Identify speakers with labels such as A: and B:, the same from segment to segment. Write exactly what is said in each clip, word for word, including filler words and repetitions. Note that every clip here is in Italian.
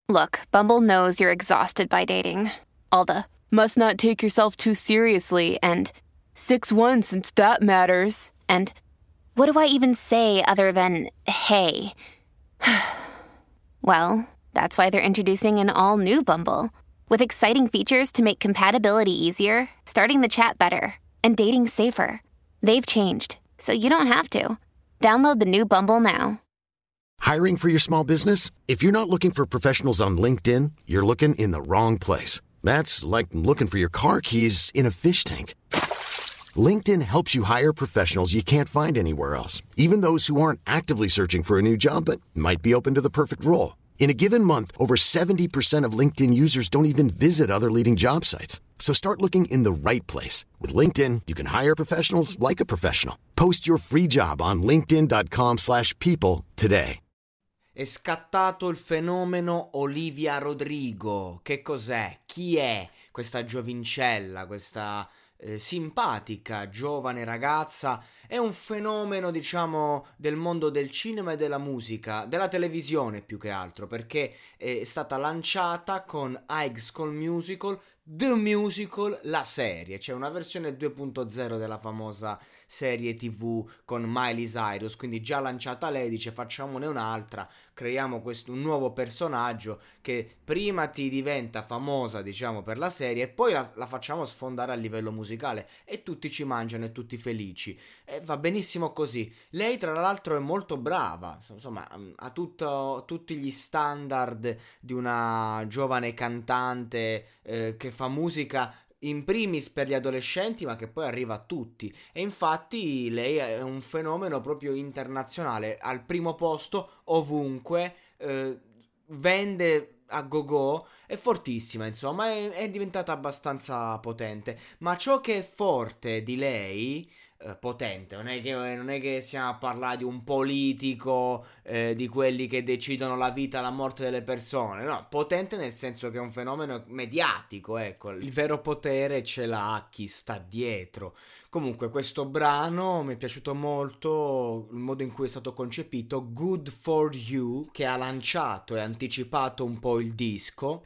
A: Look, Bumble knows you're exhausted by dating. All the must not take yourself too seriously and six one since that matters. And what do I even say other than hey? Well, that's why they're introducing an all-new Bumble with exciting features to make compatibility easier, starting the chat better, and dating safer. They've changed, so you don't have to. Download the new Bumble now.
B: Hiring for your small business? If you're not looking for professionals on LinkedIn, you're looking in the wrong place. That's like looking for your car keys in a fish tank. LinkedIn helps you hire professionals you can't find anywhere else, even those who aren't actively searching for a new job but might be open to the perfect role. In a given month, over seventy percent of LinkedIn users don't even visit other leading job sites. So start looking in the right place. With LinkedIn, you can hire professionals like a professional. Post your free job on linkedin.com slash people today.
C: È scattato il fenomeno Olivia Rodrigo. Che cos'è? Chi è questa giovincella, questa eh, simpatica giovane ragazza? È un fenomeno, diciamo, del mondo del cinema e della musica, della televisione più che altro, perché è stata lanciata con High School Musical, The Musical, la serie, cioè una versione due punto zero della famosa serie tv con Miley Cyrus, quindi già lanciata lei dice facciamone un'altra, creiamo questo, un nuovo personaggio che prima ti diventa famosa, diciamo, per la serie e poi la, la facciamo sfondare a livello musicale e tutti ci mangiano e tutti felici. E va benissimo così. Lei tra l'altro è molto brava, insomma ha tutto, tutti gli standard di una giovane cantante eh, che fa musica in primis per gli adolescenti ma che poi arriva a tutti, e infatti lei è un fenomeno proprio internazionale, al primo posto ovunque, eh, vende a go-go, è fortissima, insomma è, è diventata abbastanza potente. Ma ciò che è forte di lei, eh, potente, non è che, non è che stiamo a parlare di un politico, eh, di quelli che decidono la vita e la morte delle persone, no, potente nel senso che è un fenomeno mediatico, ecco, il vero potere ce l'ha chi sta dietro. Comunque questo brano mi è piaciuto molto, il modo in cui è stato concepito, Good For You, che ha lanciato e anticipato un po' il disco,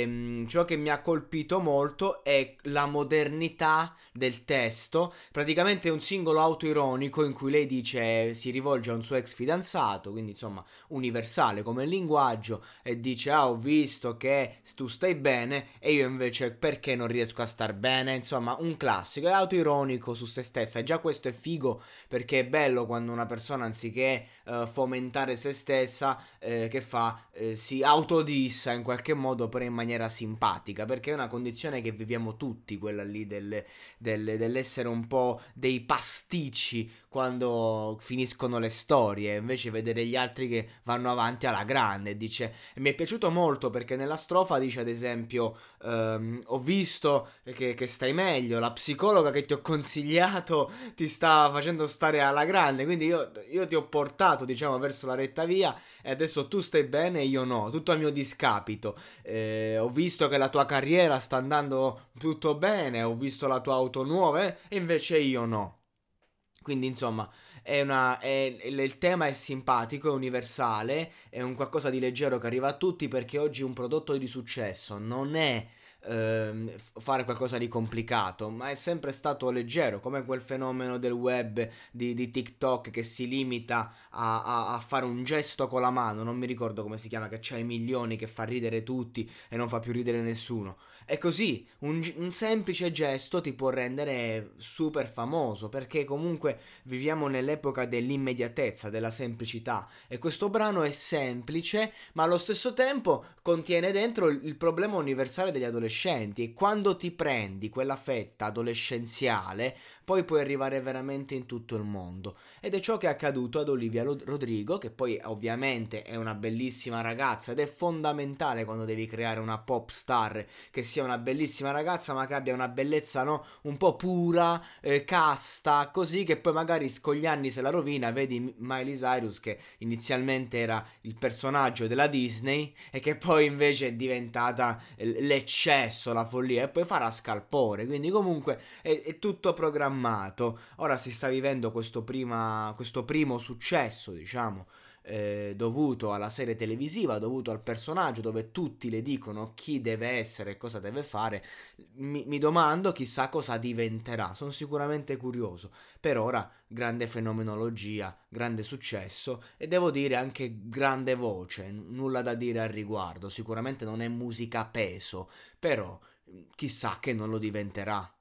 C: e ciò che mi ha colpito molto è la modernità del testo. Praticamente è un singolo autoironico in cui lei dice, si rivolge a un suo ex fidanzato, quindi insomma universale come linguaggio, e dice ah ho visto che tu stai bene e io invece perché non riesco a star bene, insomma un classico, è autoironico su se stessa, e già questo è figo perché è bello quando una persona anziché uh, fomentare se stessa eh, che fa, eh, si autodissa in qualche modo però in maniera simpatica, perché è una condizione che viviamo tutti, quella lì del, del, dell'essere un po' dei pasticci quando finiscono le storie, invece vedere gli altri che vanno avanti alla grande. Dice, e mi è piaciuto molto perché nella strofa dice ad esempio ehm, ho visto che, che stai meglio, la psicologa che ti ho consigliato ti sta facendo stare alla grande, quindi io, io ti ho portato, diciamo, verso la retta via e adesso tu stai bene e io no, tutto a mio discapito. Eh, ho visto che la tua carriera sta andando tutto bene, ho visto la tua auto nuova eh, e invece io no. Quindi insomma è una, è, il tema è simpatico, è universale, è un qualcosa di leggero che arriva a tutti, perché oggi un prodotto di successo non è ehm, fare qualcosa di complicato, ma è sempre stato leggero, come quel fenomeno del web di, di TikTok che si limita a, a, a fare un gesto con la mano, non mi ricordo come si chiama, che c'ha i milioni, che fa ridere tutti e non fa più ridere nessuno. È così, un, un semplice gesto ti può rendere super famoso, perché comunque viviamo nell'epoca dell'immediatezza, della semplicità, e questo brano è semplice ma allo stesso tempo contiene dentro il, il problema universale degli adolescenti, e quando ti prendi quella fetta adolescenziale poi puoi arrivare veramente in tutto il mondo, ed è ciò che è accaduto ad Olivia Rodrigo, che poi ovviamente è una bellissima ragazza ed è fondamentale quando devi creare una pop star che sia una bellissima ragazza ma che abbia una bellezza, no, un po' pura, eh, casta, così, che poi magari con gli anni se la rovina. Vedi Miley Cyrus che inizialmente era il personaggio della Disney e che poi invece è diventata l'eccesso, la follia, e poi farà scalpore, quindi comunque è, è tutto programmato. Ora si sta vivendo questo, prima, questo primo successo, diciamo, eh, dovuto alla serie televisiva, dovuto al personaggio, dove tutti le dicono chi deve essere e cosa deve fare. Mi, mi domando chissà cosa diventerà, sono sicuramente curioso. Per ora grande fenomenologia, grande successo e devo dire anche grande voce, n- nulla da dire al riguardo, sicuramente non è musica a peso, però chissà che non lo diventerà.